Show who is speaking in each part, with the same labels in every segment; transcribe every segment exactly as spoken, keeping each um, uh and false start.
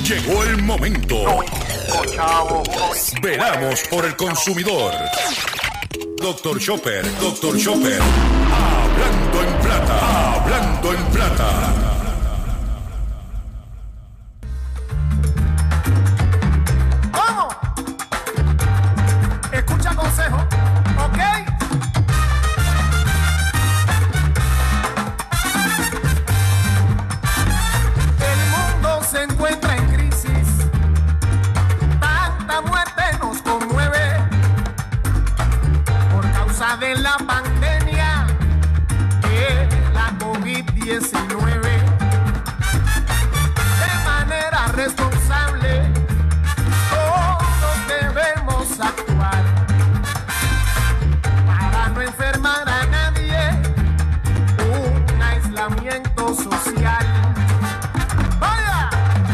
Speaker 1: Llegó el momento. Velamos por el consumidor. Doctor Chopper, Doctor Chopper. Hablando en plata, hablando en plata.
Speaker 2: ¿Cómo? Escucha consejo, ¿ok? El mundo se encuentra en crisis. Tanta muerte nos conmueve por causa de la pandemia que la COVID diecinueve. De manera responsable todos debemos actuar para no enfermar a nadie. Un aislamiento social. ¡Vaya!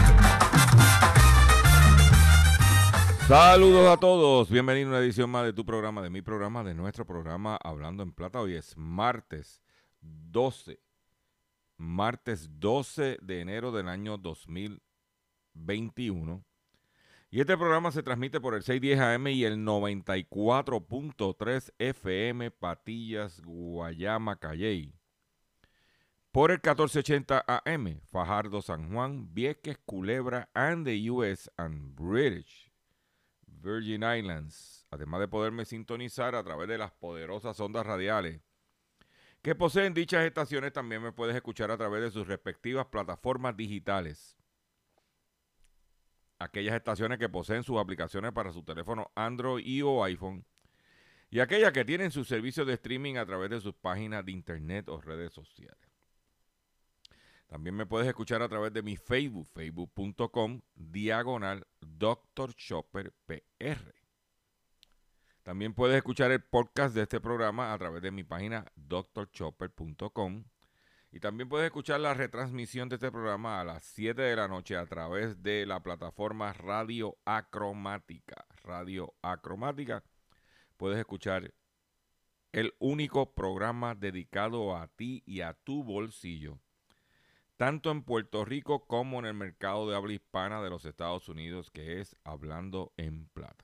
Speaker 3: Saludos a todos, bienvenidos a una edición más de tu programa, de mi programa, de nuestro programa Hablando en Plata. Hoy es martes doce, martes doce de enero del año dos mil veintiuno. Y este programa se transmite por el seiscientos diez A M y el noventa y cuatro punto tres F M Patillas, Guayama, Calley. Por el catorce ochenta A M, Fajardo, San Juan, Vieques, Culebra, and the U S and British Virgin Islands. Además de poderme sintonizar a través de las poderosas ondas radiales que poseen dichas estaciones, también me puedes escuchar a través de sus respectivas plataformas digitales. Aquellas estaciones que poseen sus aplicaciones para su teléfono Android y o iPhone, y aquellas que tienen sus servicios de streaming a través de sus páginas de internet o redes sociales. También me puedes escuchar a través de mi Facebook, facebook punto com, diagonal Doctor Chopper P R. También puedes escuchar el podcast de este programa a través de mi página doctor chopper punto com. Y también puedes escuchar la retransmisión de este programa a las siete de la noche a través de la plataforma Radio Acromática. Radio Acromática. Puedes escuchar el único programa dedicado a ti y a tu bolsillo, tanto en Puerto Rico como en el mercado de habla hispana de los Estados Unidos, que es Hablando en Plata.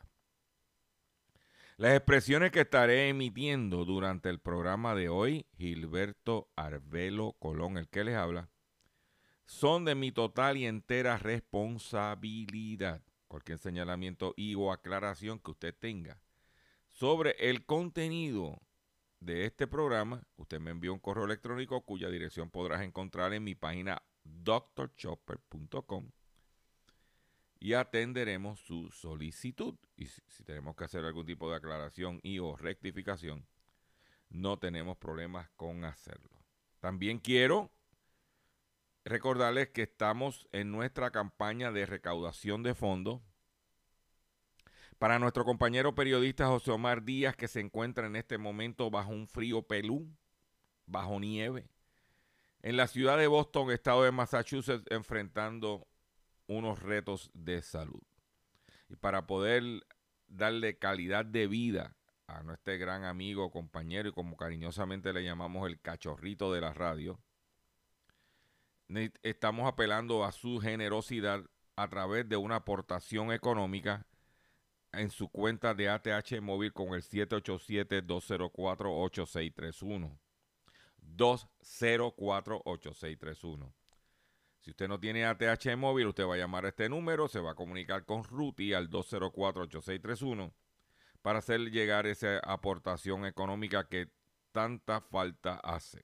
Speaker 3: Las expresiones que estaré emitiendo durante el programa de hoy, Gilberto Arbelo Colón, el que les habla, son de mi total y entera responsabilidad. Cualquier señalamiento y o aclaración que usted tenga sobre el contenido de este programa, usted me envió un correo electrónico cuya dirección podrás encontrar en mi página doctor chopper punto com y atenderemos su solicitud. Y si, si tenemos que hacer algún tipo de aclaración y o rectificación, no tenemos problemas con hacerlo. También quiero recordarles que estamos en nuestra campaña de recaudación de fondos para nuestro compañero periodista José Omar Díaz, que se encuentra en este momento bajo un frío pelú, bajo nieve, en la ciudad de Boston, estado de Massachusetts, enfrentando unos retos de salud. Y para poder darle calidad de vida a nuestro gran amigo, compañero y como cariñosamente le llamamos el cachorrito de la radio, estamos apelando a su generosidad a través de una aportación económica en su cuenta de A T H móvil con el siete ocho siete, dos cero cuatro, ocho seis tres uno. dos cero cuatro, ocho seis tres uno. Si usted no tiene A T H móvil, usted va a llamar a este número, se va a comunicar con Ruti al dos cero cuatro, ocho seis tres uno para hacer llegar esa aportación económica que tanta falta hace.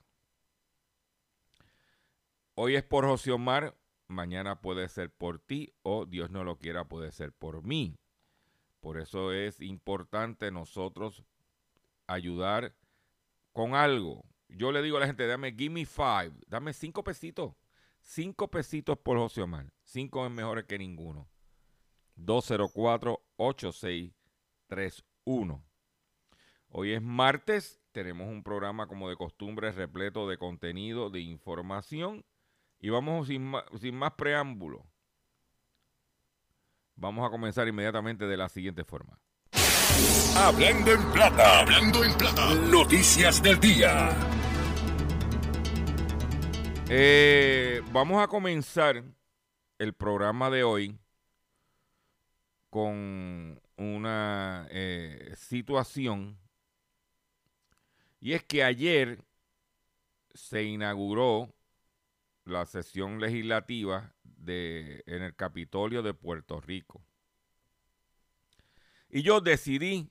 Speaker 3: Hoy es por José Omar, mañana puede ser por ti o Dios no lo quiera puede ser por mí. Por eso es importante nosotros ayudar con algo. Yo le digo a la gente, dame, give me five, dame cinco pesitos. Cinco pesitos por José Omar. Cinco es mejor que ninguno. dos cero cuatro, ocho seis tres uno. Hoy es martes. Tenemos un programa como de costumbre repleto de contenido, de información. Y vamos sin más, sin más preámbulo. Vamos a comenzar inmediatamente de la siguiente forma.
Speaker 1: Hablando en Plata. Hablando en Plata. Noticias del día.
Speaker 3: Eh, vamos a comenzar el programa de hoy con una eh, situación, y es que ayer se inauguró la sesión legislativa de, en el Capitolio de Puerto Rico. Y yo decidí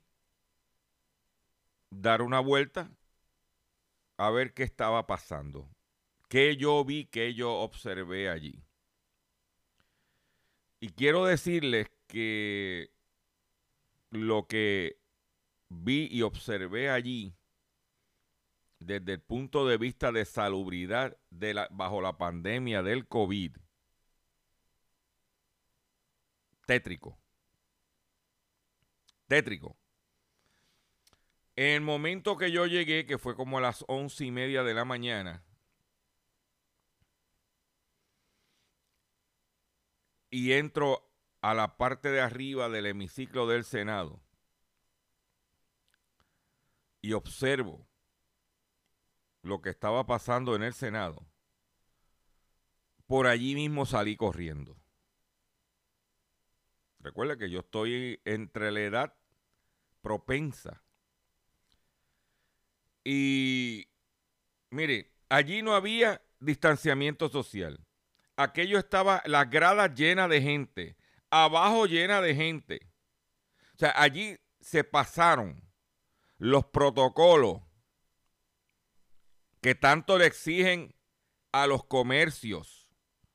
Speaker 3: dar una vuelta a ver qué estaba pasando, qué yo vi, qué yo observé allí. Y quiero decirles que lo que vi y observé allí, desde el punto de vista de salubridad de la, bajo la pandemia del COVID, tétrico. Tétrico. En el momento que yo llegué, que fue como a las once y media de la mañana, y entro a la parte de arriba del hemiciclo del Senado y observo lo que estaba pasando en el Senado, por allí mismo salí corriendo. Recuerda que yo estoy entre la edad propensa. Y mire, allí no había distanciamiento social. Aquello estaba, las gradas llenas de gente, abajo llena de gente. O sea, allí se pasaron los protocolos que tanto le exigen a los comercios,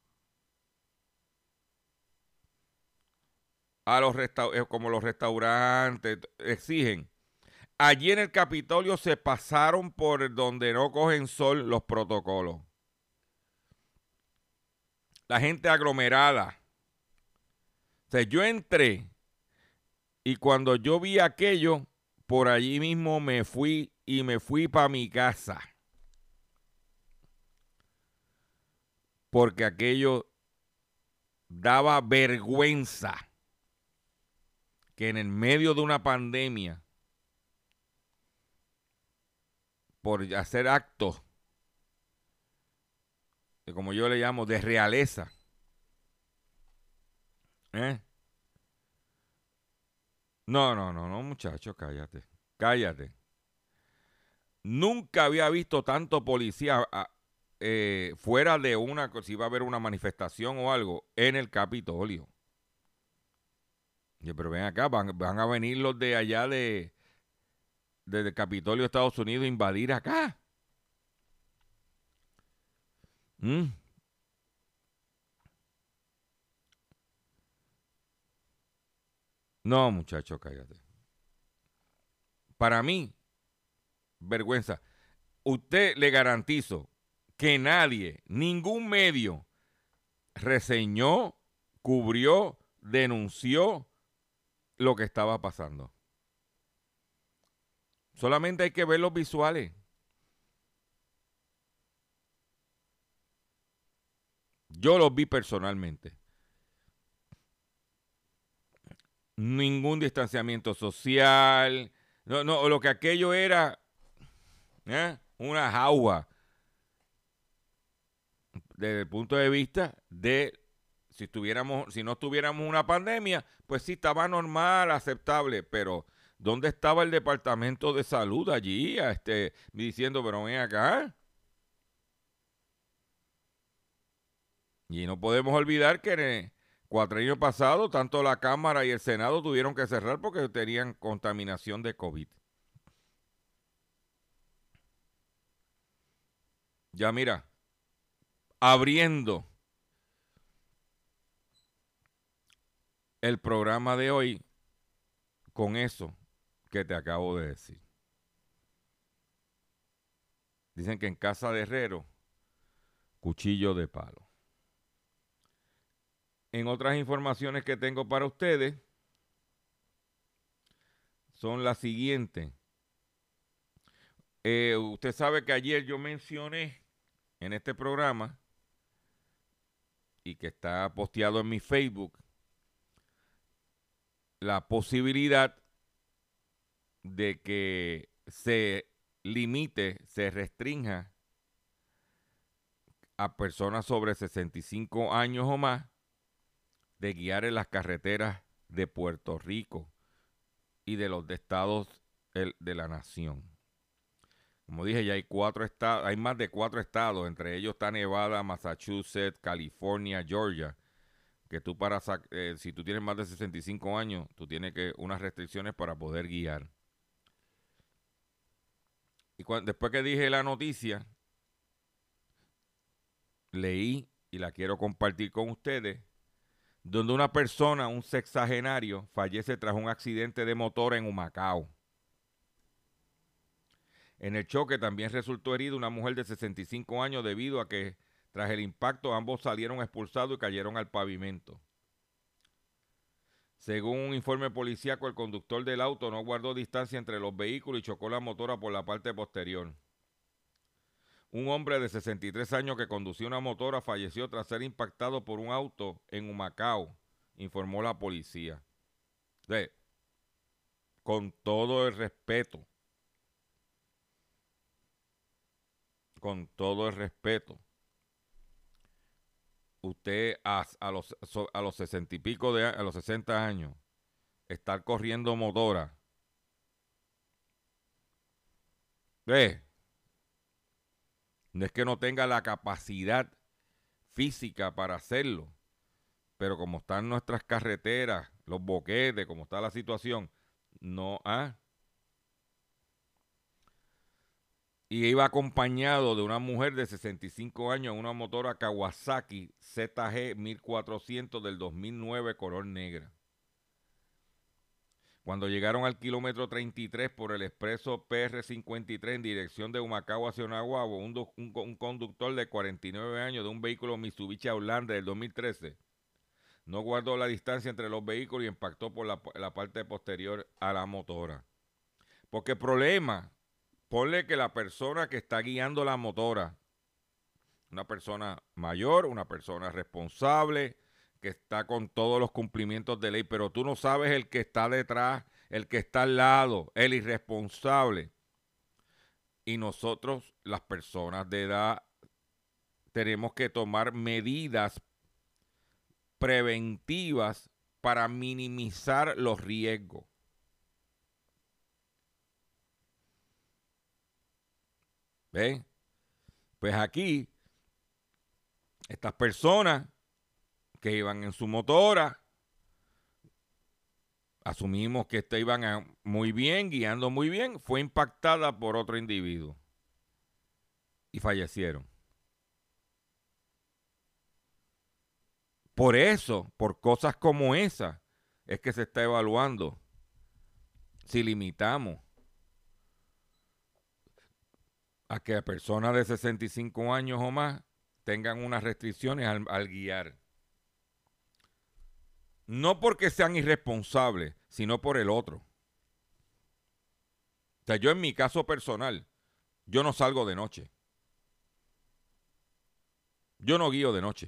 Speaker 3: a los resta- como los restaurantes exigen. Allí en el Capitolio se pasaron por donde no cogen sol los protocolos. La gente aglomerada. O sea, yo entré y cuando yo vi aquello, por allí mismo me fui y me fui para mi casa. Porque aquello daba vergüenza que en el medio de una pandemia, por hacer actos, de, como yo le llamo, de realeza, ¿eh? No, no, no, no, muchacho, cállate, cállate. Nunca había visto tanto policía a, eh, fuera de una, si iba a haber una manifestación o algo, en el Capitolio. Y, pero ven acá, van, van a venir los de allá de desde el Capitolio de Estados Unidos a invadir acá. ¿Mm? No, muchacho, cállate. Para mí, vergüenza. Usted le garantizo que nadie, ningún medio, reseñó, cubrió, denunció lo que estaba pasando. Solamente hay que ver los visuales. Yo los vi personalmente. Ningún distanciamiento social. No, no, lo que aquello era, ¿eh?, una jaula. Desde el punto de vista de si estuviéramos, si no tuviéramos una pandemia, pues sí estaba normal, aceptable, pero ¿dónde estaba el Departamento de Salud allí? Este, diciendo, pero ven acá. Y no podemos olvidar que en el cuatrienio pasado, tanto la Cámara y el Senado tuvieron que cerrar porque tenían contaminación de COVID. Ya mira, abriendo el programa de hoy con eso que te acabo de decir. Dicen que en casa de herrero, cuchillo de palo. En otras informaciones que tengo para ustedes son las siguientes. Eh, usted sabe que ayer yo mencioné en este programa y que está posteado en mi Facebook la posibilidad de que se limite, se restrinja a personas sobre sesenta y cinco años o más de guiar en las carreteras de Puerto Rico y de los de estados de la nación. Como dije, ya hay cuatro estados, hay más de cuatro estados, entre ellos está Nevada, Massachusetts, California, Georgia, que tú para, eh, si tú tienes más de sesenta y cinco años, tú tienes que unas restricciones para poder guiar. Y cuando, después que dije la noticia, leí y la quiero compartir con ustedes, donde una persona, un sexagenario, fallece tras un accidente de motor en Humacao. En el choque también resultó herida una mujer de sesenta y cinco años debido a que tras el impacto ambos salieron expulsados y cayeron al pavimento. Según un informe policíaco, el conductor del auto no guardó distancia entre los vehículos y chocó la motora por la parte posterior. Un hombre de sesenta y tres años que conducía una motora falleció tras ser impactado por un auto en Humacao, informó la policía. O sea, con todo el respeto, con todo el respeto, usted a, a los a los sesenta y pico de a los sesenta años estar corriendo motora, ve, no es que no tenga la capacidad física para hacerlo, pero como están nuestras carreteras, los boquetes, como está la situación, no ha. Y iba acompañado de una mujer de sesenta y cinco años en una motora Kawasaki Z G mil cuatrocientos del dos mil nueve color negra. Cuando llegaron al kilómetro treinta y tres por el expreso P R cincuenta y tres en dirección de Humacao hacia Naguabo, un, do, un, un conductor de cuarenta y nueve años de un vehículo Mitsubishi Outlander del dos mil trece no guardó la distancia entre los vehículos y impactó por la, la parte posterior a la motora. Porque el problema, ponle que la persona que está guiando la motora, una persona mayor, una persona responsable, que está con todos los cumplimientos de ley, pero tú no sabes el que está detrás, el que está al lado, el irresponsable. Y nosotros, las personas de edad, tenemos que tomar medidas preventivas para minimizar los riesgos. ¿Ven? Pues aquí, estas personas que iban en su motora, asumimos que esta iban a, muy bien, guiando muy bien, fue impactada por otro individuo y fallecieron. Por eso, por cosas como esa, es que se está evaluando si limitamos a que personas de sesenta y cinco años o más tengan unas restricciones al, al guiar. No porque sean irresponsables, sino por el otro. O sea, yo en mi caso personal, yo no salgo de noche. Yo no guío de noche.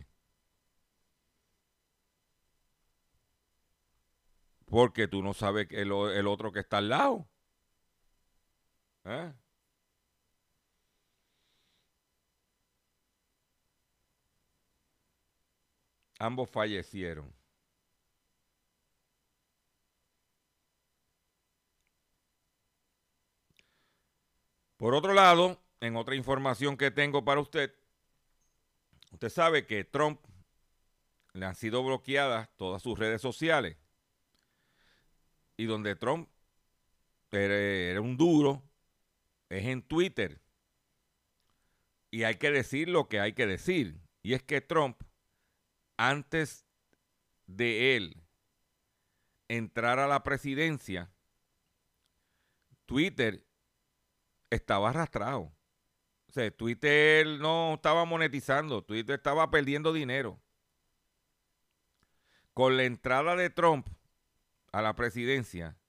Speaker 3: Porque tú no sabes el, el otro que está al lado. ¿Eh? Ambos fallecieron. Por otro lado, en otra información que tengo para usted, usted sabe que Trump le han sido bloqueadas todas sus redes sociales. Y donde Trump era, era un duro, es en Twitter. Y hay que decir lo que hay que decir. Y es que Trump, antes de él entrar a la presidencia, Twitter estaba arrastrado. O sea, Twitter no estaba monetizando, Twitter estaba perdiendo dinero. Con la entrada de Trump a la presidencia,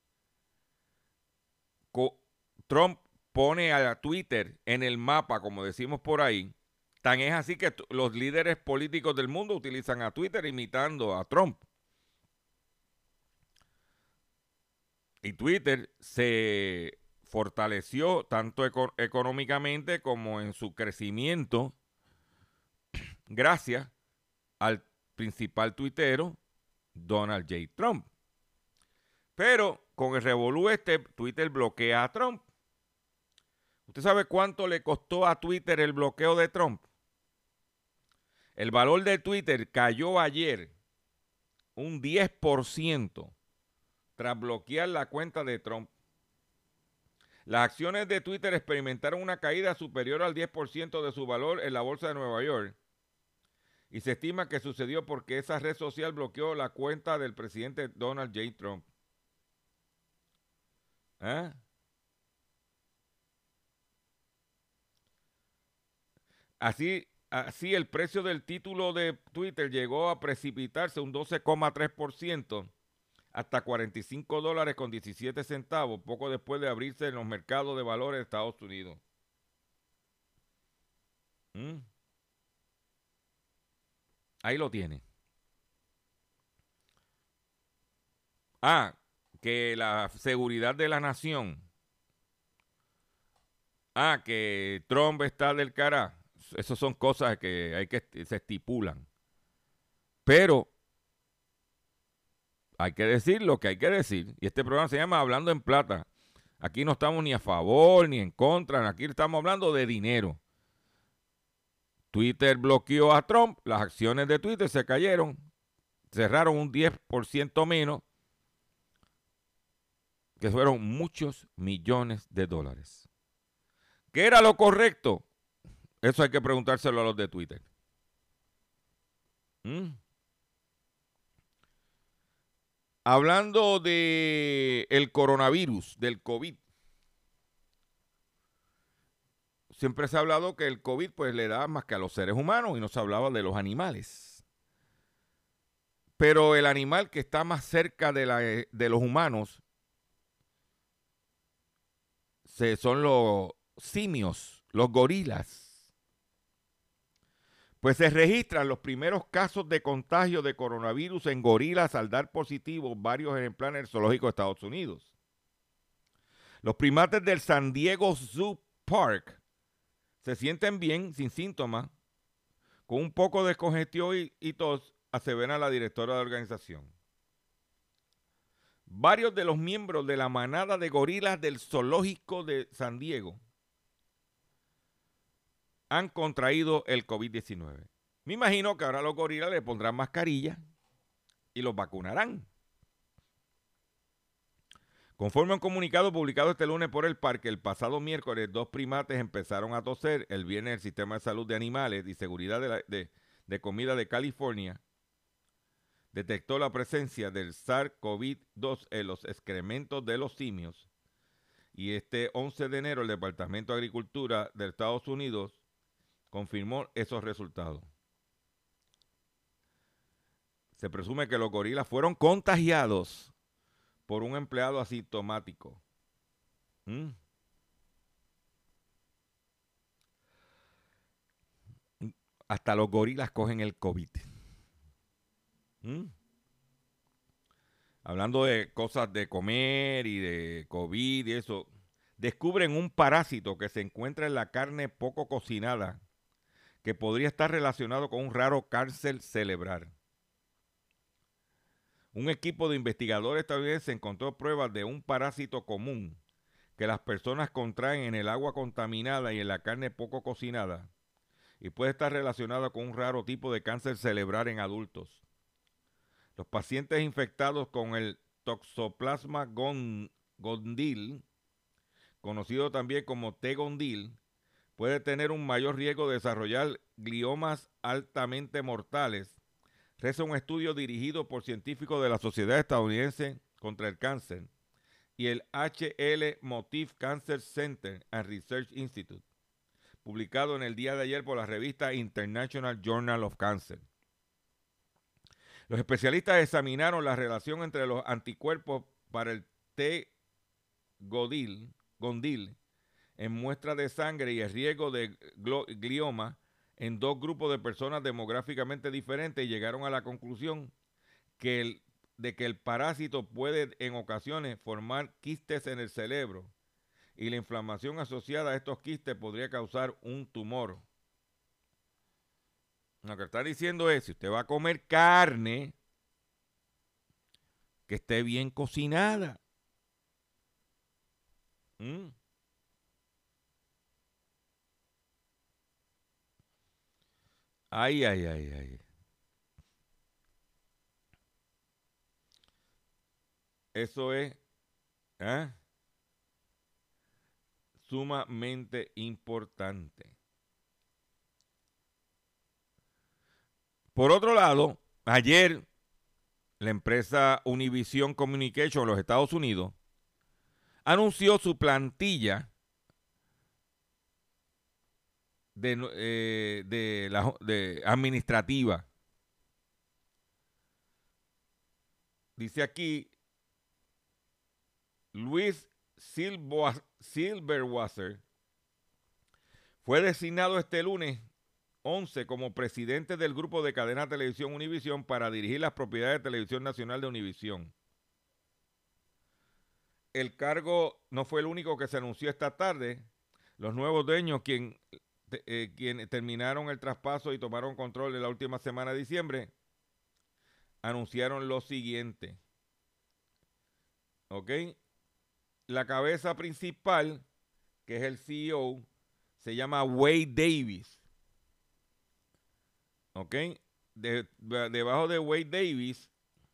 Speaker 3: Trump pone a Twitter en el mapa, como decimos por ahí. Tan es así que los líderes políticos del mundo utilizan a Twitter imitando a Trump. Y Twitter se fortaleció tanto eco- económicamente como en su crecimiento gracias al principal tuitero Donald J. Trump. Pero con el revolú este, Twitter bloquea a Trump. ¿Usted sabe cuánto le costó a Twitter el bloqueo de Trump? El valor de Twitter cayó ayer un diez por ciento tras bloquear la cuenta de Trump. Las acciones de Twitter experimentaron una caída superior al diez por ciento de su valor en la bolsa de Nueva York. Y se estima que sucedió porque esa red social bloqueó la cuenta del presidente Donald J. Trump. ¿Eh? Así, así el precio del título de Twitter llegó a precipitarse un doce coma tres por ciento hasta cuarenta y cinco dólares con diecisiete centavos, poco después de abrirse en los mercados de valores de Estados Unidos. ¿Mm? Ahí lo tiene. Ah, que la seguridad de la nación. Ah, que Trump está del cara. Esas son cosas que hay que se estipulan. Pero hay que decir lo que hay que decir. Y este programa se llama Hablando en Plata. Aquí no estamos ni a favor ni en contra. Aquí estamos hablando de dinero. Twitter bloqueó a Trump. Las acciones de Twitter se cayeron. Cerraron un diez por ciento menos. Que fueron muchos millones de dólares. ¿Qué era lo correcto? Eso hay que preguntárselo a los de Twitter. ¿Mm? Hablando de el coronavirus, del COVID. Siempre se ha hablado que el COVID pues le da más que a los seres humanos y no se hablaba de los animales. Pero el animal que está más cerca de, la, de los humanos se, son los simios, los gorilas. Pues se registran los primeros casos de contagio de coronavirus en gorilas al dar positivos varios ejemplares en el zoológico de Estados Unidos. Los primates del San Diego Zoo Park se sienten bien, sin síntomas, con un poco de congestión y, y tos, asevera la directora de la organización. Varios de los miembros de la manada de gorilas del zoológico de San Diego han contraído el COVID diecinueve. Me imagino que ahora los gorilas le pondrán mascarilla y los vacunarán. Conforme a un comunicado publicado este lunes por el parque, el pasado miércoles dos primates empezaron a toser. El viernes el Sistema de Salud de Animales y Seguridad de, la, de, de Comida de California detectó la presencia del SARS-CoV dos en los excrementos de los simios. Y este once de enero el Departamento de Agricultura de Estados Unidos confirmó esos resultados. Se presume que los gorilas fueron contagiados por un empleado asintomático. ¿Mm? Hasta los gorilas cogen el COVID. ¿Mm? Hablando de cosas de comer y de COVID y eso, descubren un parásito que se encuentra en la carne poco cocinada que podría estar relacionado con un raro cáncer cerebral. Un equipo de investigadores estadounidenses encontró pruebas de un parásito común que las personas contraen en el agua contaminada y en la carne poco cocinada y puede estar relacionado con un raro tipo de cáncer cerebral en adultos. Los pacientes infectados con el Toxoplasma gondii, conocido también como T. gondii, puede tener un mayor riesgo de desarrollar gliomas altamente mortales, reza un estudio dirigido por científicos de la Sociedad Estadounidense contra el Cáncer y el H L Motif Cancer Center and Research Institute, publicado en el día de ayer por la revista International Journal of Cancer. Los especialistas examinaron la relación entre los anticuerpos para el T. gondii en muestras de sangre y el riesgo de glioma en dos grupos de personas demográficamente diferentes y llegaron a la conclusión que el, de que el parásito puede en ocasiones formar quistes en el cerebro y la inflamación asociada a estos quistes podría causar un tumor. Lo que está diciendo es, si usted va a comer carne, que esté bien cocinada. ¿Mm? Ay, ay, ay, ay. Eso es ¿eh? sumamente importante. Por otro lado, ayer la empresa Univision Communications de los Estados Unidos anunció su plantilla de, eh, de, la, de administrativa. Dice aquí, Luis Silberwasser fue designado este lunes once como presidente del grupo de cadena de televisión Univision para dirigir las propiedades de Televisión Nacional de Univision. El cargo no fue el único que se anunció esta tarde. Los nuevos dueños, quien, eh, quienes terminaron el traspaso y tomaron control en la última semana de diciembre, anunciaron lo siguiente. ¿Ok? La cabeza principal, que es el C E O, se llama Wade Davis. ¿Ok? De, de, debajo de Wade Davis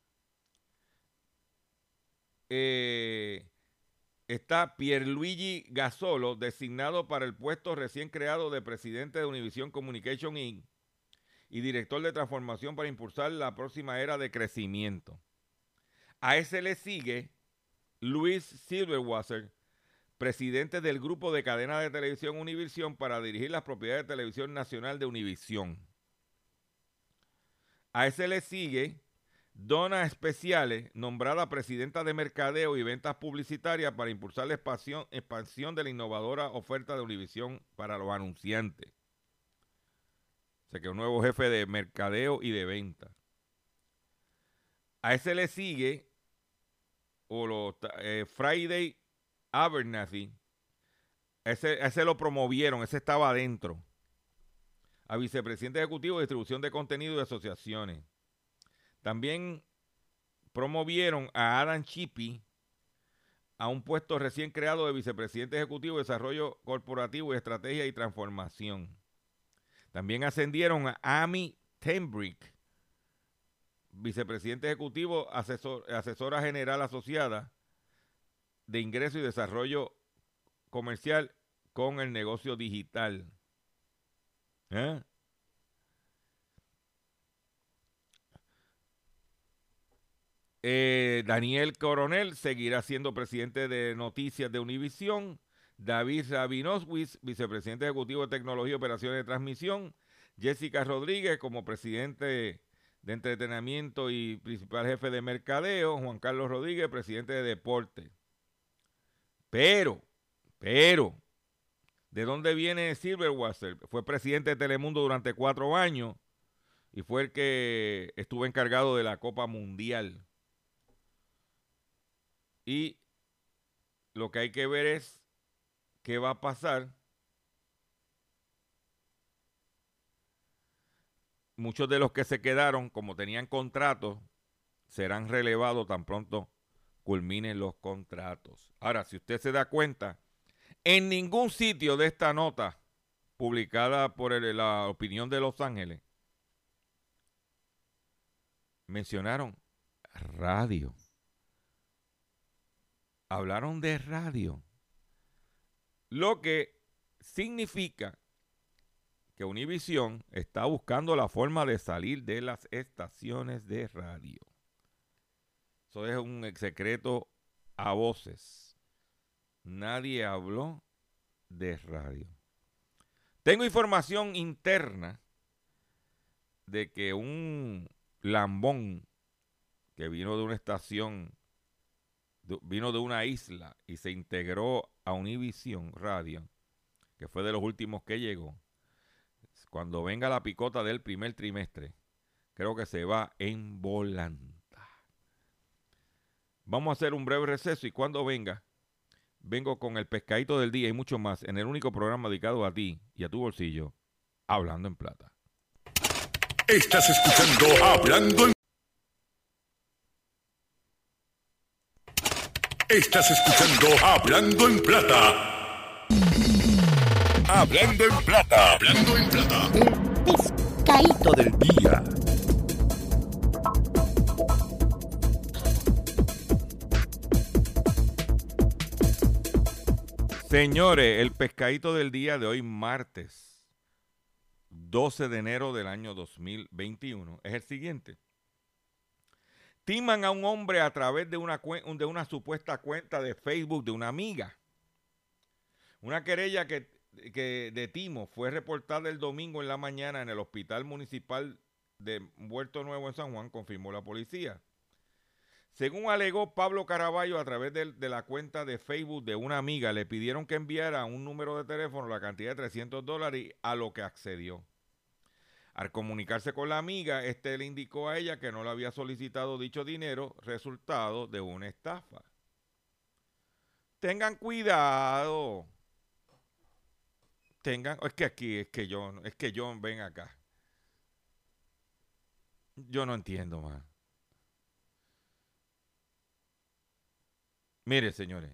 Speaker 3: eh, está Pierluigi Gasolo, designado para el puesto recién creado de presidente de Univision Communications incorporated y director de transformación para impulsar la próxima era de crecimiento. A ese le sigue Luis Silberwasser, presidente del grupo de cadena de televisión Univision para dirigir las propiedades de Televisión Nacional de Univision. A ese le sigue Donna Especiales, nombrada presidenta de Mercadeo y Ventas Publicitarias para impulsar la expansión, expansión de la innovadora oferta de Univision para los anunciantes. O sea que un nuevo jefe de Mercadeo y de Ventas. A ese le sigue o lo, eh, Friday Abernathy. Ese, ese lo promovieron, ese estaba adentro. A vicepresidente ejecutivo de distribución de contenido y asociaciones. También promovieron a Adam Chippy a un puesto recién creado de vicepresidente ejecutivo de desarrollo corporativo y estrategia y transformación. También ascendieron a Amy Tembrick, vicepresidente ejecutivo, asesor, asesora general asociada de ingreso y desarrollo comercial con el negocio digital. ¿Eh? Eh, Daniel Coronel seguirá siendo presidente de Noticias de Univision. David Rabinowitz, vicepresidente ejecutivo de Tecnología y Operaciones de Transmisión. Jessica Rodríguez como presidente de Entretenimiento y principal jefe de Mercadeo. Juan Carlos Rodríguez, presidente de Deporte. Pero, pero, ¿de dónde viene Silberwasser? Fue presidente de Telemundo durante cuatro años y fue el que estuvo encargado de la Copa Mundial. Y lo que hay que ver es qué va a pasar. Muchos de los que se quedaron, como tenían contratos, serán relevados tan pronto culminen los contratos. Ahora, si usted se da cuenta, en ningún sitio de esta nota publicada por el, la Opinión de Los Ángeles mencionaron radio. Hablaron de radio. Lo que significa que Univision está buscando la forma de salir de las estaciones de radio. Eso es un secreto a voces. Nadie habló de radio. Tengo información interna de que un lambón que vino de una estación, vino de una isla y se integró a Univision Radio, que fue de los últimos que llegó, cuando venga la picota del primer trimestre, creo que se va en volanta. Vamos a hacer un breve receso y cuando venga, vengo con el pescadito del día y mucho más en el único programa dedicado a ti y a tu bolsillo, Hablando en Plata.
Speaker 1: Estás escuchando Hablando en Estás escuchando Hablando en Plata. Hablando en Plata. Hablando en Plata.
Speaker 4: El pescadito del día.
Speaker 3: Señores, el pescadito del día de hoy, martes doce de enero del año dos mil veintiuno, es el siguiente. Timan a un hombre a través de una, de una supuesta cuenta de Facebook de una amiga. Una querella que, que de timo fue reportada el domingo en la mañana en el Hospital Municipal de Puerto Nuevo en San Juan, confirmó la policía. Según alegó Pablo Caraballo, a través de, de la cuenta de Facebook de una amiga, le pidieron que enviara a un número de teléfono la cantidad de trescientos dólares, a lo que accedió. Al comunicarse con la amiga, este le indicó a ella que no le había solicitado dicho dinero, resultado de una estafa. Tengan cuidado. Tengan, es que aquí, es que yo, es que yo, ven acá. Yo no entiendo más. Mire, señores.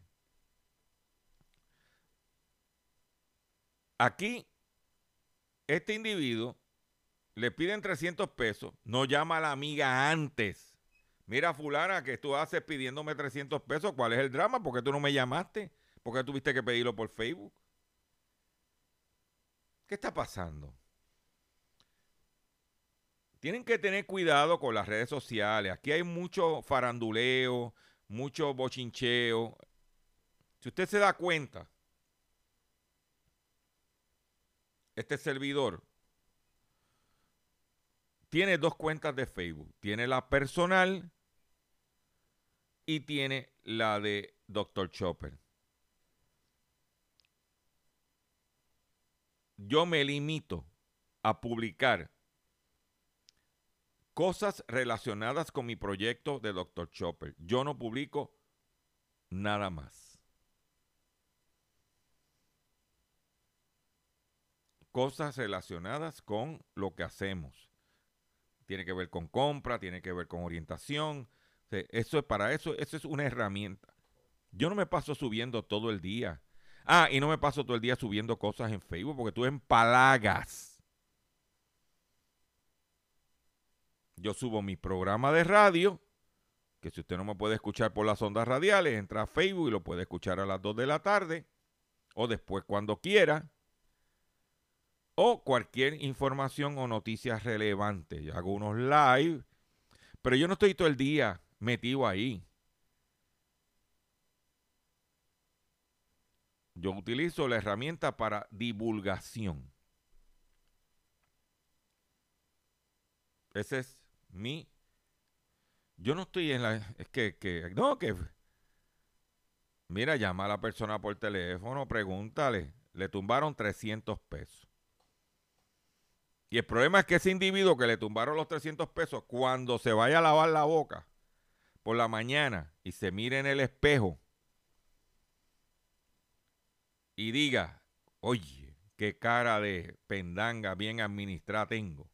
Speaker 3: Aquí, este individuo le piden trescientos pesos, no llama a la amiga antes. Mira, fulana, que tú haces pidiéndome trescientos pesos, ¿cuál es el drama? ¿Por qué tú no me llamaste? ¿Por qué tuviste que pedirlo por Facebook? ¿Qué está pasando? Tienen que tener cuidado con las redes sociales. Aquí hay mucho faranduleo, mucho bochincheo. Si usted se da cuenta, este servidor tiene dos cuentas de Facebook. Tiene la personal y tiene la de doctor Chopper. Yo me limito a publicar cosas relacionadas con mi proyecto de doctor Chopper. Yo no publico nada más. Cosas relacionadas con lo que hacemos. Tiene que ver con compra, tiene que ver con orientación. Eso es para eso, eso es una herramienta. Yo no me paso subiendo todo el día. Ah, y no me paso todo el día subiendo cosas en Facebook porque tú empalagas. Yo subo mi programa de radio, que si usted no me puede escuchar por las ondas radiales, entra a Facebook y lo puede escuchar a las dos de la tarde o después cuando quiera. O cualquier información o noticias relevantes. Yo hago unos live, pero yo no estoy todo el día metido ahí. Yo utilizo la herramienta para divulgación. Ese es mi... Yo no estoy en la... Es que... que no, que... Mira, llama a la persona por teléfono, pregúntale. Le tumbaron trescientos pesos. Y el problema es que ese individuo que le tumbaron los trescientos pesos, cuando se vaya a lavar la boca por la mañana y se mire en el espejo y diga, oye, qué cara de pendanga bien administrada tengo.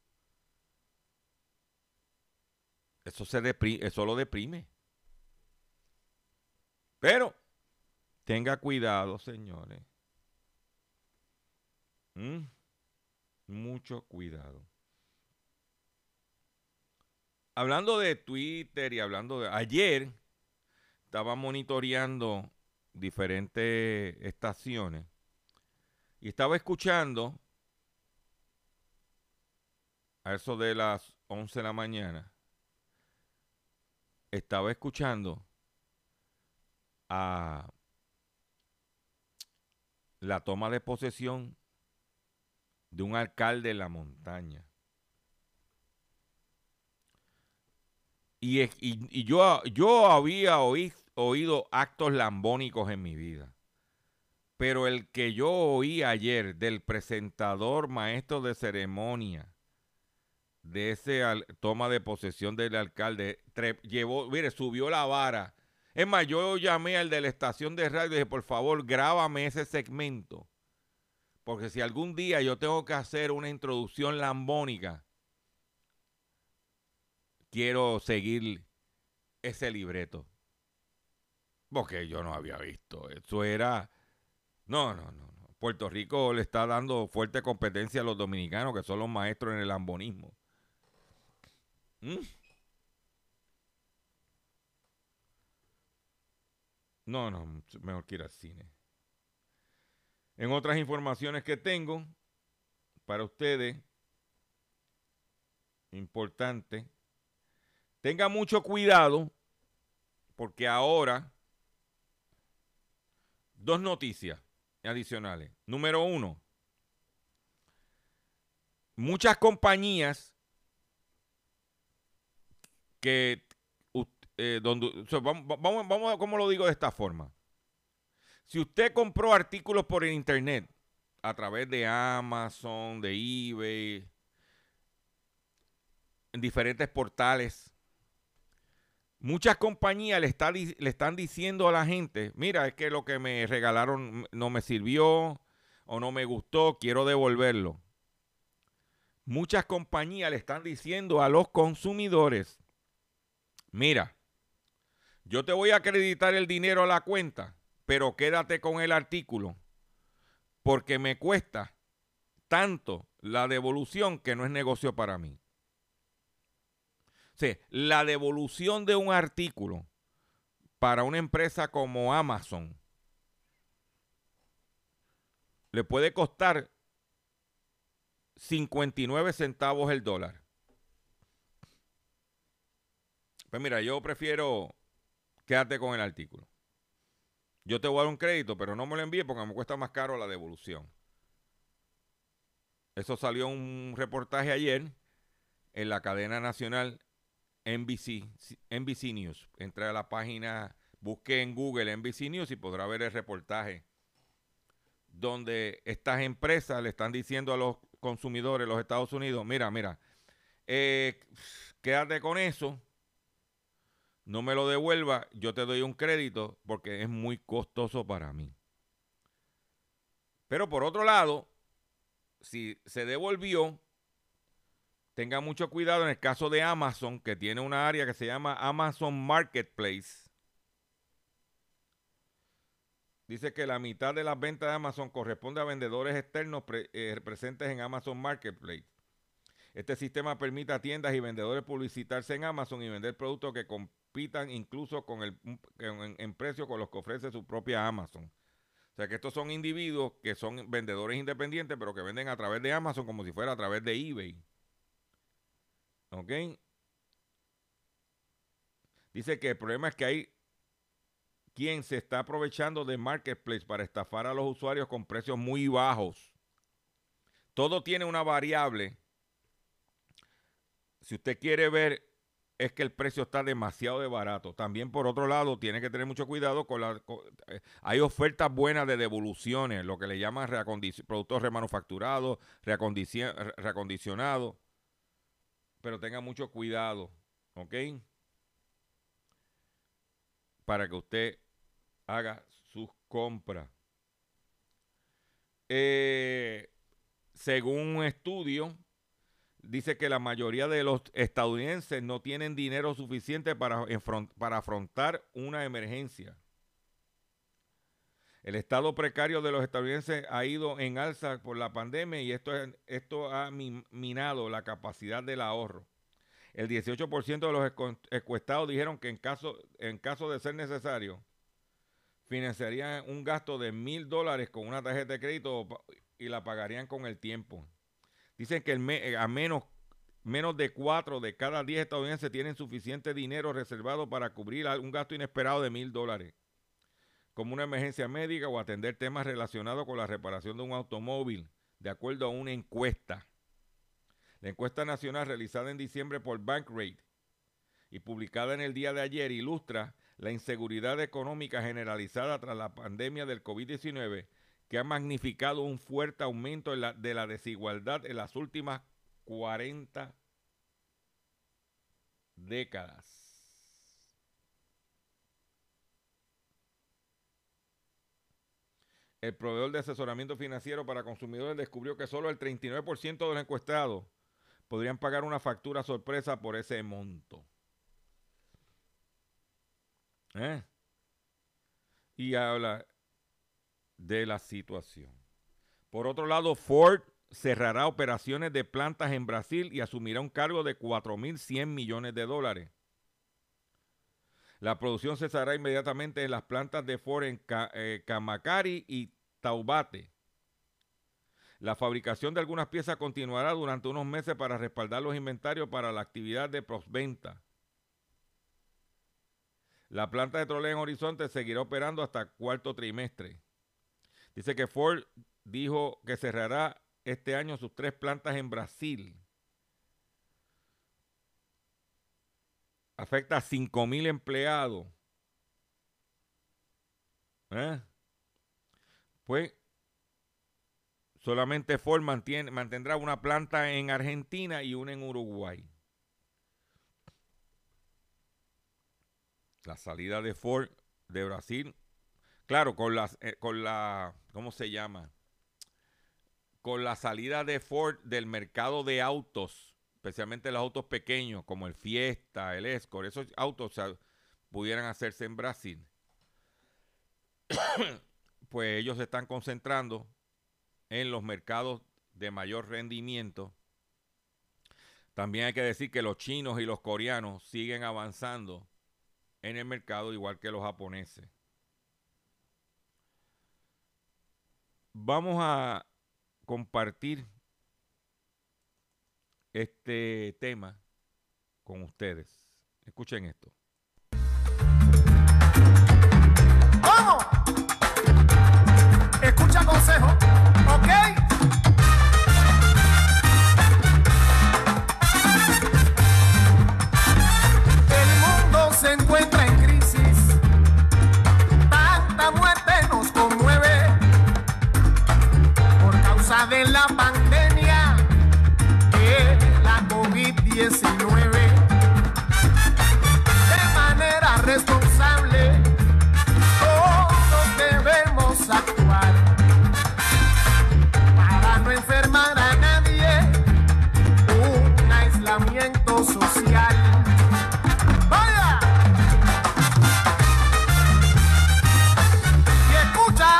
Speaker 3: Eso, se deprime, eso lo deprime. Pero tenga cuidado, señores. ¿Mm? Mucho cuidado. Hablando de Twitter y hablando de... Ayer estaba monitoreando diferentes estaciones y estaba escuchando a eso de las once de la mañana. Estaba escuchando a la toma de posesión de un alcalde en la montaña. Y, y, y yo, yo había oí, oído actos lambónicos en mi vida. Pero el que yo oí ayer del presentador maestro de ceremonia de ese al, toma de posesión del alcalde, tre, llevó, mire, subió la vara. Es más, yo llamé al de la estación de radio y dije, por favor, grábame ese segmento. Porque si algún día yo tengo que hacer una introducción lambónica, quiero seguir ese libreto. Porque yo no había visto. Eso era. No, no, no, no. Puerto Rico le está dando fuerte competencia a los dominicanos, que son los maestros en el lambonismo. ¿Mm? No, no, mejor que ir al cine. En otras informaciones que tengo para ustedes, importante, tenga mucho cuidado porque ahora, dos noticias adicionales. Número uno, muchas compañías que, eh, donde, o sea, vamos, vamos, vamos a cómo lo digo de esta forma. Si usted compró artículos por el internet, a través de Amazon, de eBay, en diferentes portales, muchas compañías le, está, le están diciendo a la gente, mira, es que lo que me regalaron no me sirvió o no me gustó, quiero devolverlo. Muchas compañías le están diciendo a los consumidores, mira, yo te voy a acreditar el dinero a la cuenta, pero quédate con el artículo, porque me cuesta tanto la devolución que no es negocio para mí. O sea, la devolución de un artículo para una empresa como Amazon le puede costar cincuenta y nueve centavos el dólar. Pues mira, yo prefiero quedarte con el artículo. Yo te voy a dar un crédito, pero no me lo envíe porque me cuesta más caro la devolución. Eso salió en un reportaje ayer en la cadena nacional N B C, N B C News. Entra a la página, busque en Google N B C News y podrá ver el reportaje donde estas empresas le están diciendo a los consumidores de los Estados Unidos, mira, mira, eh, quédate con eso, no me lo devuelva, yo te doy un crédito porque es muy costoso para mí. Pero por otro lado, si se devolvió, tenga mucho cuidado en el caso de Amazon, que tiene una área que se llama Amazon Marketplace. Dice que la mitad de las ventas de Amazon corresponde a vendedores externos pre, eh, presentes en Amazon Marketplace. Este sistema permite a tiendas y vendedores publicitarse en Amazon y vender productos que compitan incluso con el, en, en precio con los que ofrece su propia Amazon. O sea que estos son individuos que son vendedores independientes, pero que venden a través de Amazon como si fuera a través de eBay. ¿Ok? Dice que el problema es que hay quien se está aprovechando de Marketplace para estafar a los usuarios con precios muy bajos. Todo tiene una variable. Si usted quiere ver, es que el precio está demasiado de barato. También, por otro lado, tiene que tener mucho cuidado con la... Con, eh, hay ofertas buenas de devoluciones, lo que le llaman productos remanufacturados, reacondicionados. Pero tenga mucho cuidado, ¿ok? Para que usted haga sus compras. Eh, según un estudio, dice que la mayoría de los estadounidenses no tienen dinero suficiente para, para afrontar una emergencia. El estado precario de los estadounidenses ha ido en alza por la pandemia y esto, esto ha minado la capacidad del ahorro. El dieciocho por ciento de los encuestados dijeron que en caso, en caso de ser necesario, financiarían un gasto de mil dólares con una tarjeta de crédito y la pagarían con el tiempo. Dicen que el me, a menos, menos de cuatro de cada diez estadounidenses tienen suficiente dinero reservado para cubrir un gasto inesperado de mil dólares, como una emergencia médica o atender temas relacionados con la reparación de un automóvil, de acuerdo a una encuesta. La encuesta nacional realizada en diciembre por Bankrate y publicada en el día de ayer ilustra la inseguridad económica generalizada tras la pandemia del COVID diecinueve, que ha magnificado un fuerte aumento de la, de la desigualdad en las últimas cuarenta décadas. El proveedor de asesoramiento financiero para consumidores descubrió que solo el treinta y nueve por ciento de los encuestados podrían pagar una factura sorpresa por ese monto. ¿Eh? y habla de la situación. Por otro lado, Ford cerrará operaciones de plantas en Brasil y asumirá un cargo de cuatro mil cien millones de dólares. La producción cesará inmediatamente en las plantas de Ford en eh, Camacari y Taubate. La fabricación de algunas piezas continuará durante unos meses para respaldar los inventarios para la actividad de postventa. La planta de troleo en Horizonte seguirá operando hasta cuarto trimestre. Dice que Ford dijo que cerrará este año sus tres plantas en Brasil. Afecta a cinco mil empleados. ¿Eh? Pues solamente Ford mantiene, mantendrá una planta en Argentina y una en Uruguay. La salida de Ford de Brasil, claro, con las, eh, con la, ¿cómo se llama? Con la salida de Ford del mercado de autos, especialmente los autos pequeños como el Fiesta, el Escort, esos autos o sea, pudieran hacerse en Brasil. Pues ellos se están concentrando en los mercados de mayor rendimiento. También hay que decir que los chinos y los coreanos siguen avanzando en el mercado igual que los japoneses. Vamos a compartir este tema con ustedes. Escuchen esto.
Speaker 2: ¿Cómo? Escucha consejo, ¿ok? El mundo se encuentra en crisis, tanta muerte nos conmueve por causa de la pandemia que la COVID diecinueve. De manera responsable todos debemos actuar para no enfermar a nadie, un aislamiento social. ¡Vaya! Y escucha,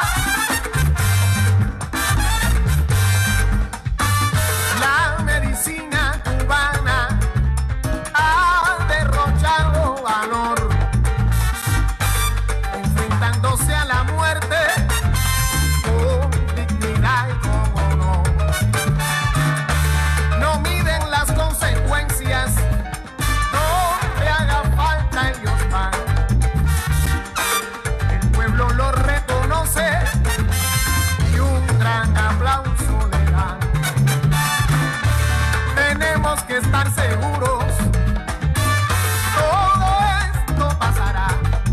Speaker 2: la medicina cubana ha derrochado valor, enfrentándose a la muerte con dignidad y con honor. No miden las consecuencias, donde haga falta ellos van. El pueblo lo reconoce y un gran aplauso le dan. Tenemos que estar seguros, todo esto pasará.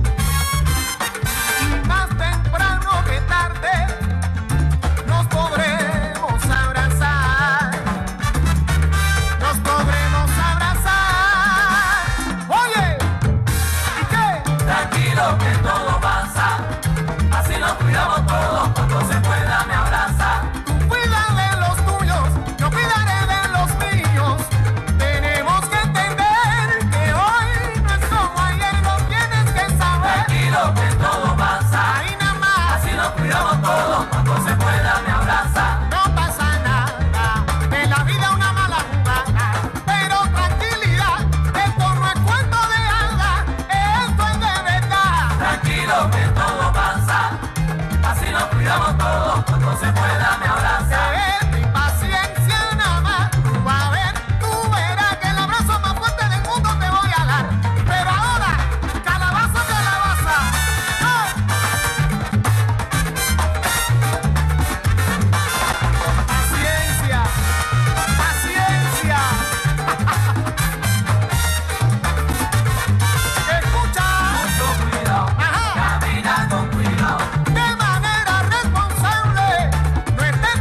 Speaker 2: Y más temprano que tarde nos podremos abrazar. Nos podremos abrazar. Oye, ¿y qué?
Speaker 5: Tranquilo que todo pasa, así nos cuidamos todos, cuando se pueda me abraza.
Speaker 2: Tú cuida de los tuyos, yo cuidaré de los míos. Tenemos que entender que hoy no es como ayer, lo tienes que saber.
Speaker 5: Tranquilo que todo pasa,
Speaker 2: Ahí nada más,
Speaker 5: así nos cuidamos todos, cuando se pueda me abraza.
Speaker 2: no pasa nada. De la vida una mala jugada, pero tranquilidad, esto no es cuento de hadas, esto es de verdad.
Speaker 5: Tranquilo que todo pasa, así nos cuidamos todos, cuando se pueda me abraza.
Speaker 2: Ten paciencia nada más, tú vas a ver, tú verás que el abrazo más fuerte del mundo te voy a dar. Pero ahora, calabaza, calabaza. ¡Oh! Paciencia, paciencia. Escucha,
Speaker 5: Mucho cuidado,
Speaker 2: Ajá.
Speaker 5: camina con cuidado.
Speaker 2: de manera responsable, no estés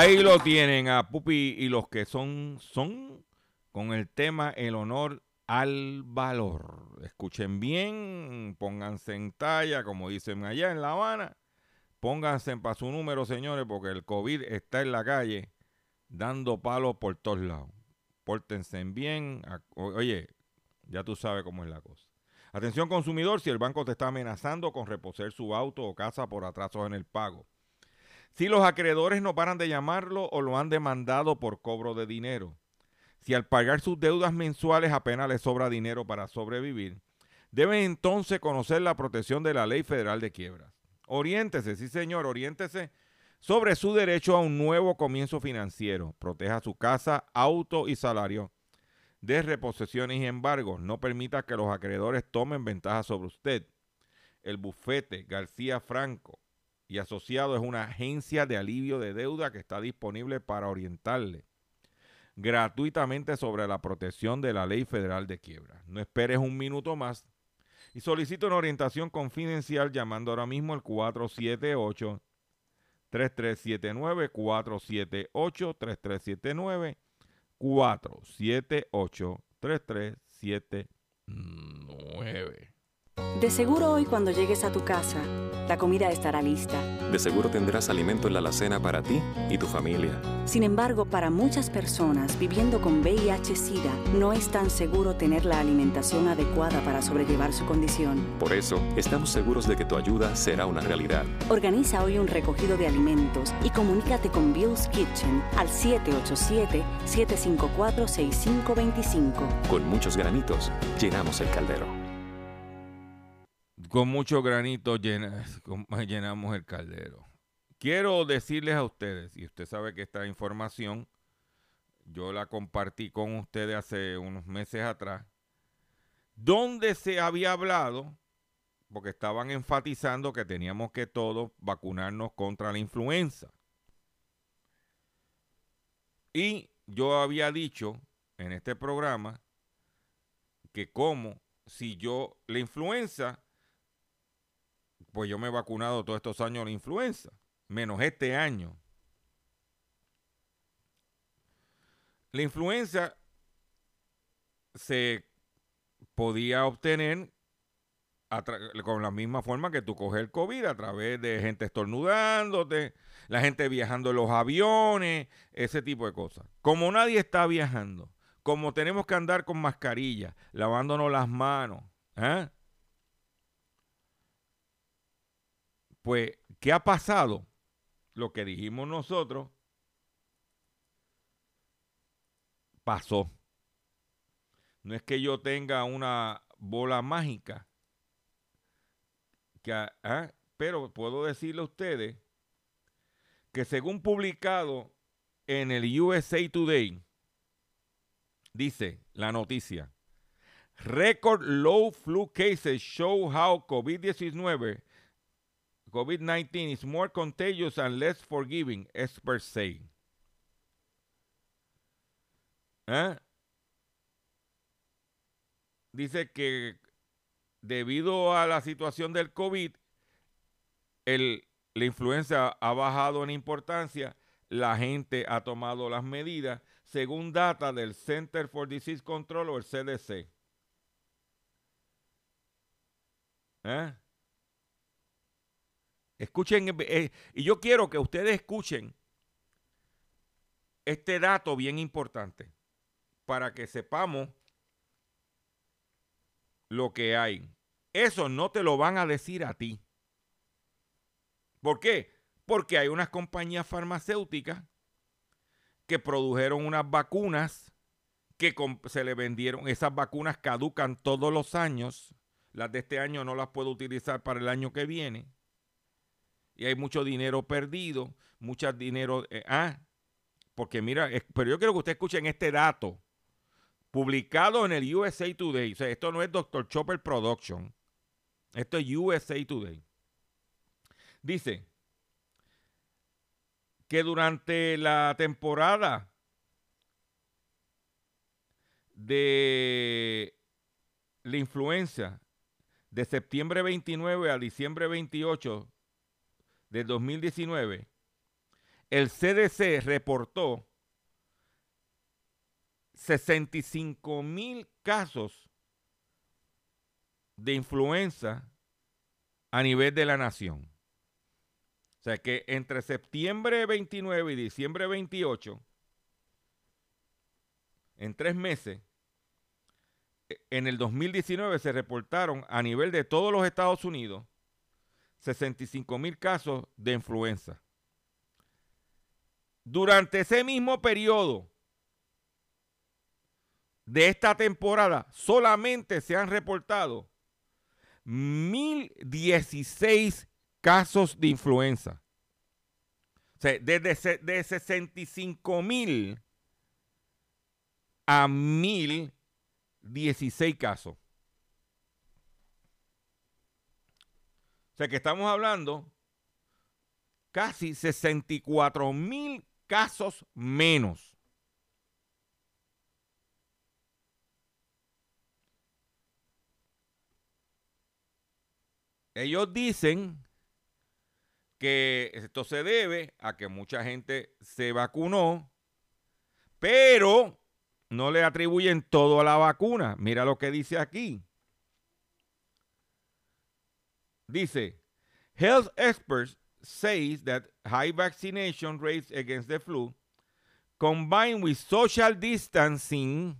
Speaker 3: Ahí lo tienen a Pupi y los que son, son con el tema el honor al valor. Escuchen bien, pónganse en talla, como dicen allá en La Habana. Pónganse para su número, señores, porque el COVID está en la calle dando palos por todos lados. Pórtense bien. Oye, ya tú sabes cómo es la cosa. Atención consumidor, si el banco te está amenazando con reposer su auto o casa por atrasos en el pago. Si los acreedores no paran de llamarlo o lo han demandado por cobro de dinero. Si al pagar sus deudas mensuales apenas le sobra dinero para sobrevivir, deben entonces conocer la protección de la Ley Federal de Quiebras. Oriéntese, sí señor, oriéntese sobre su derecho a un nuevo comienzo financiero. Proteja su casa, auto y salario de reposiciones y embargos. No permita que los acreedores tomen ventaja sobre usted. El bufete García Franco y Asociado es una agencia de alivio de deuda que está disponible para orientarle gratuitamente sobre la protección de la Ley Federal de Quiebra. No esperes un minuto más y solicita una orientación confidencial llamando ahora mismo al cuatro siete ocho, tres tres siete nueve, cuatro siete ocho, tres tres siete nueve, cuatro siete ocho, tres tres siete nueve.
Speaker 6: De seguro hoy cuando llegues a tu casa, la comida estará lista.
Speaker 7: De seguro tendrás alimento en la alacena para ti y tu familia.
Speaker 6: Sin embargo, para muchas personas viviendo con V I H SIDA, no es tan seguro tener la alimentación adecuada para sobrellevar su condición.
Speaker 7: Por eso, estamos seguros de que tu ayuda será una realidad.
Speaker 6: Organiza hoy un recogido de alimentos y comunícate con Bill's Kitchen al siete ocho siete, siete cinco cuatro, seis cinco dos cinco.
Speaker 7: Con muchos granitos, llenamos el caldero.
Speaker 3: Con mucho granito llena, con, llenamos el caldero. Quiero decirles a ustedes, y usted sabe que esta información yo la compartí con ustedes hace unos meses atrás, donde se había hablado, porque estaban enfatizando que teníamos que todos vacunarnos contra la influenza. Y yo había dicho en este programa que como si yo, la influenza, pues yo me he vacunado todos estos años la influenza, menos este año. La influenza se podía obtener con la misma forma que tú coges el COVID, a través de gente estornudándote, la gente viajando en los aviones, ese tipo de cosas. Como nadie está viajando, como tenemos que andar con mascarilla, lavándonos las manos, ¿eh? Pues, ¿qué ha pasado? Lo que dijimos nosotros pasó. No es que yo tenga una bola mágica, que, ¿eh? pero puedo decirle a ustedes que según publicado en el U S A Today, dice la noticia, record low flu cases show how COVID nineteen COVID nineteen is more contagious and less forgiving, experts say. ¿Eh? Dice que debido a la situación del COVID, el, la influenza ha bajado en importancia, la gente ha tomado las medidas, según data del Center for Disease Control o el C D C. ¿Eh? Escuchen, eh, y yo quiero que ustedes escuchen este dato bien importante para que sepamos lo que hay. Eso no te lo van a decir a ti. ¿Por qué? Porque hay unas compañías farmacéuticas que produjeron unas vacunas que se le vendieron. Esas vacunas caducan todos los años. Las de este año no las puedo utilizar para el año que viene. Y hay mucho dinero perdido, mucho dinero... Eh, ah, porque mira, es, pero yo quiero que ustedes escuchen este dato publicado en el U S A Today. O sea, esto no es doctor Chopper Production. Esto es U S A Today. Dice que durante la temporada de la influenza de septiembre veintinueve a diciembre veintiocho de dos mil diecinueve, el C D C reportó sesenta y cinco mil casos de influenza a nivel de la nación. O sea que entre septiembre veintinueve y diciembre veintiocho, en tres meses, en el dos mil diecinueve se reportaron a nivel de todos los Estados Unidos sesenta y cinco mil casos de influenza. Durante ese mismo periodo de esta temporada, solamente se han reportado mil dieciséis casos de influenza. O sea, desde de sesenta y cinco mil a mil dieciséis casos. O sea que estamos hablando casi sesenta y cuatro mil casos menos. Ellos dicen que esto se debe a que mucha gente se vacunó, pero no le atribuyen todo a la vacuna. Mira lo que dice aquí. Dice, health experts say that high vaccination rates against the flu, combined with social distancing,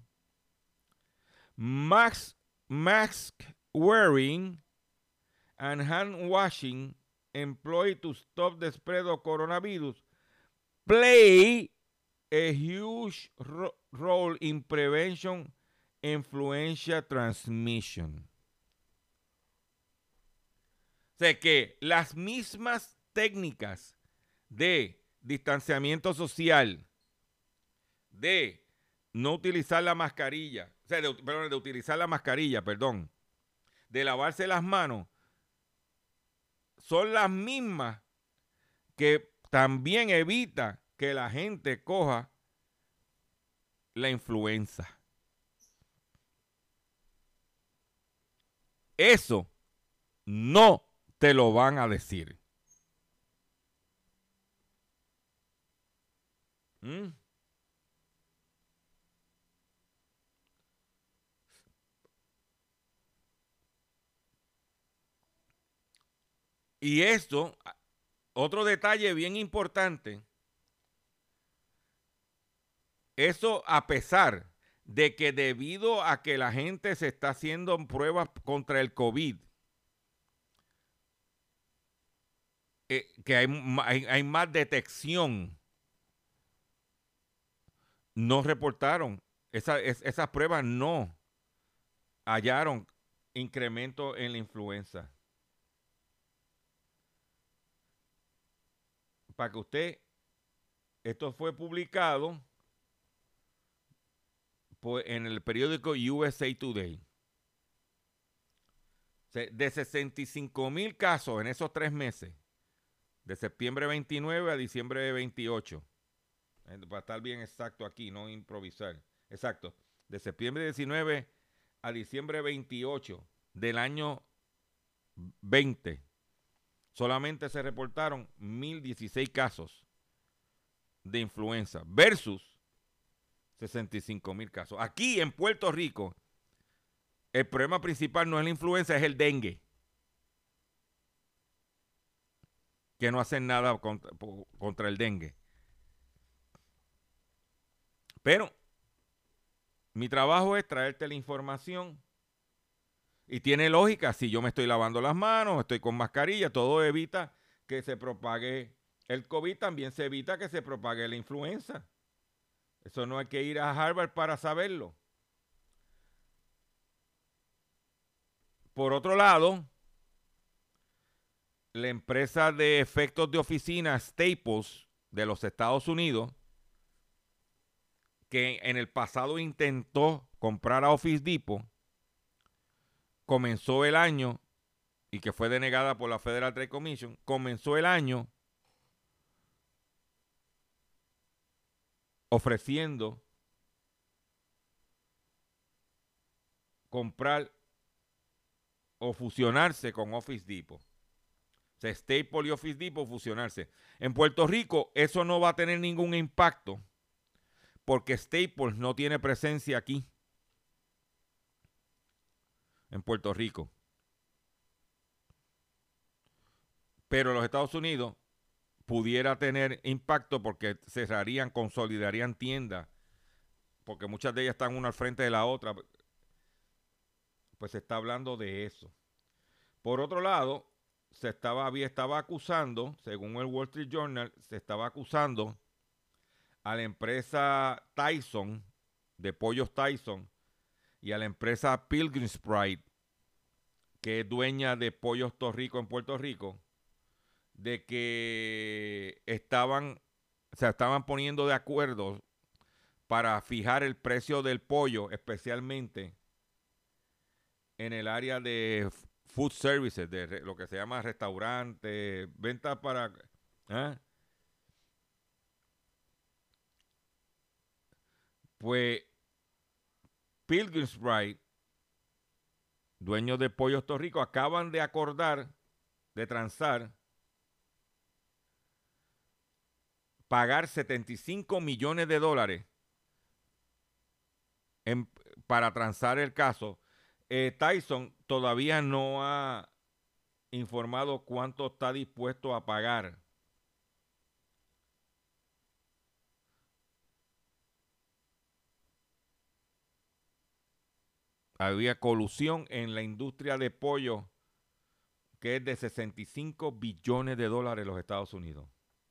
Speaker 3: mask, mask wearing, and hand washing employed to stop the spread of coronavirus, play a huge ro- role in prevention influenza transmission. O sea que las mismas técnicas de distanciamiento social, de no utilizar la mascarilla, o sea, de, perdón, de utilizar la mascarilla, perdón, de lavarse las manos, son las mismas que también evita que la gente coja la influenza. Eso no te lo van a decir. ¿Mm? Y esto, otro detalle bien importante, eso a pesar de que debido a que la gente se está haciendo pruebas contra el COVID, eh, que hay, hay, hay más detección, no reportaron, esa, es, esas pruebas no hallaron incremento en la influenza. Para que usted, esto fue publicado pues, en el periódico U S A Today. De sesenta y cinco mil casos en esos tres meses, de septiembre veintinueve a diciembre veintiocho, para estar bien exacto aquí, no improvisar, exacto, de septiembre diecinueve a diciembre veintiocho del año veinte, solamente se reportaron mil dieciséis casos de influenza versus sesenta y cinco mil casos. Aquí en Puerto Rico, el problema principal no es la influenza, es el dengue. Que no hacen nada contra, contra el dengue. Pero mi trabajo es traerte la información. Y tiene lógica, si yo me estoy lavando las manos, estoy con mascarilla, todo evita que se propague el COVID, también se evita que se propague la influenza. Eso no hay que ir a Harvard para saberlo. Por otro lado, la empresa de efectos de oficina Staples de los Estados Unidos, que en el pasado intentó comprar a Office Depot, comenzó el año, y que fue denegada por la Federal Trade Commission, comenzó el año ofreciendo comprar o fusionarse con Office Depot. O sea, Staples y Office Depot fusionarse. En Puerto Rico eso no va a tener ningún impacto porque Staples no tiene presencia aquí, en Puerto Rico. Pero los Estados Unidos pudiera tener impacto porque cerrarían, consolidarían tiendas, porque muchas de ellas están una al frente de la otra. Pues se está hablando de eso. Por otro lado, se estaba, había, estaba acusando, según el Wall Street Journal, se estaba acusando a la empresa Tyson, de pollos Tyson, y a la empresa Pilgrim's Pride, que es dueña de Pollos Torrico en Puerto Rico, de que estaban, se estaban poniendo de acuerdo para fijar el precio del pollo, especialmente en el área de food services, de re, lo que se llama restaurantes, ventas para... ¿eh? Pues Pilgrim's Pride, dueños de Pollos Torrico, acaban de acordar, de transar, pagar setenta y cinco millones de dólares en, para transar el caso. Eh, Tyson todavía no ha informado cuánto está dispuesto a pagar. Había colusión en la industria de pollo que es de sesenta y cinco billones de dólares en los Estados Unidos.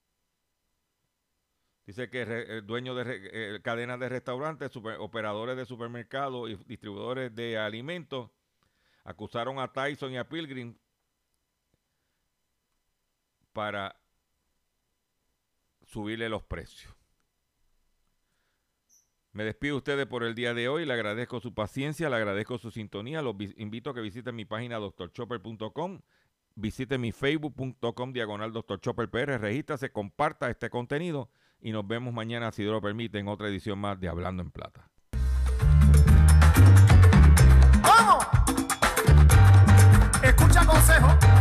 Speaker 3: Dice que el dueño de eh, cadenas de restaurantes, super, operadores de supermercados y distribuidores de alimentos acusaron a Tyson y a Pilgrim para subirle los precios. Me despido de ustedes por el día de hoy. Le agradezco su paciencia, le agradezco su sintonía. Los invito a que visiten mi página doctor chopper punto com. Visite mi facebook punto com diagonal doctor chopper P R. Regístrase, comparta este contenido y nos vemos mañana, si Dios lo permite, en otra edición más de Hablando en Plata.
Speaker 2: ¿Cómo? Escucha consejo.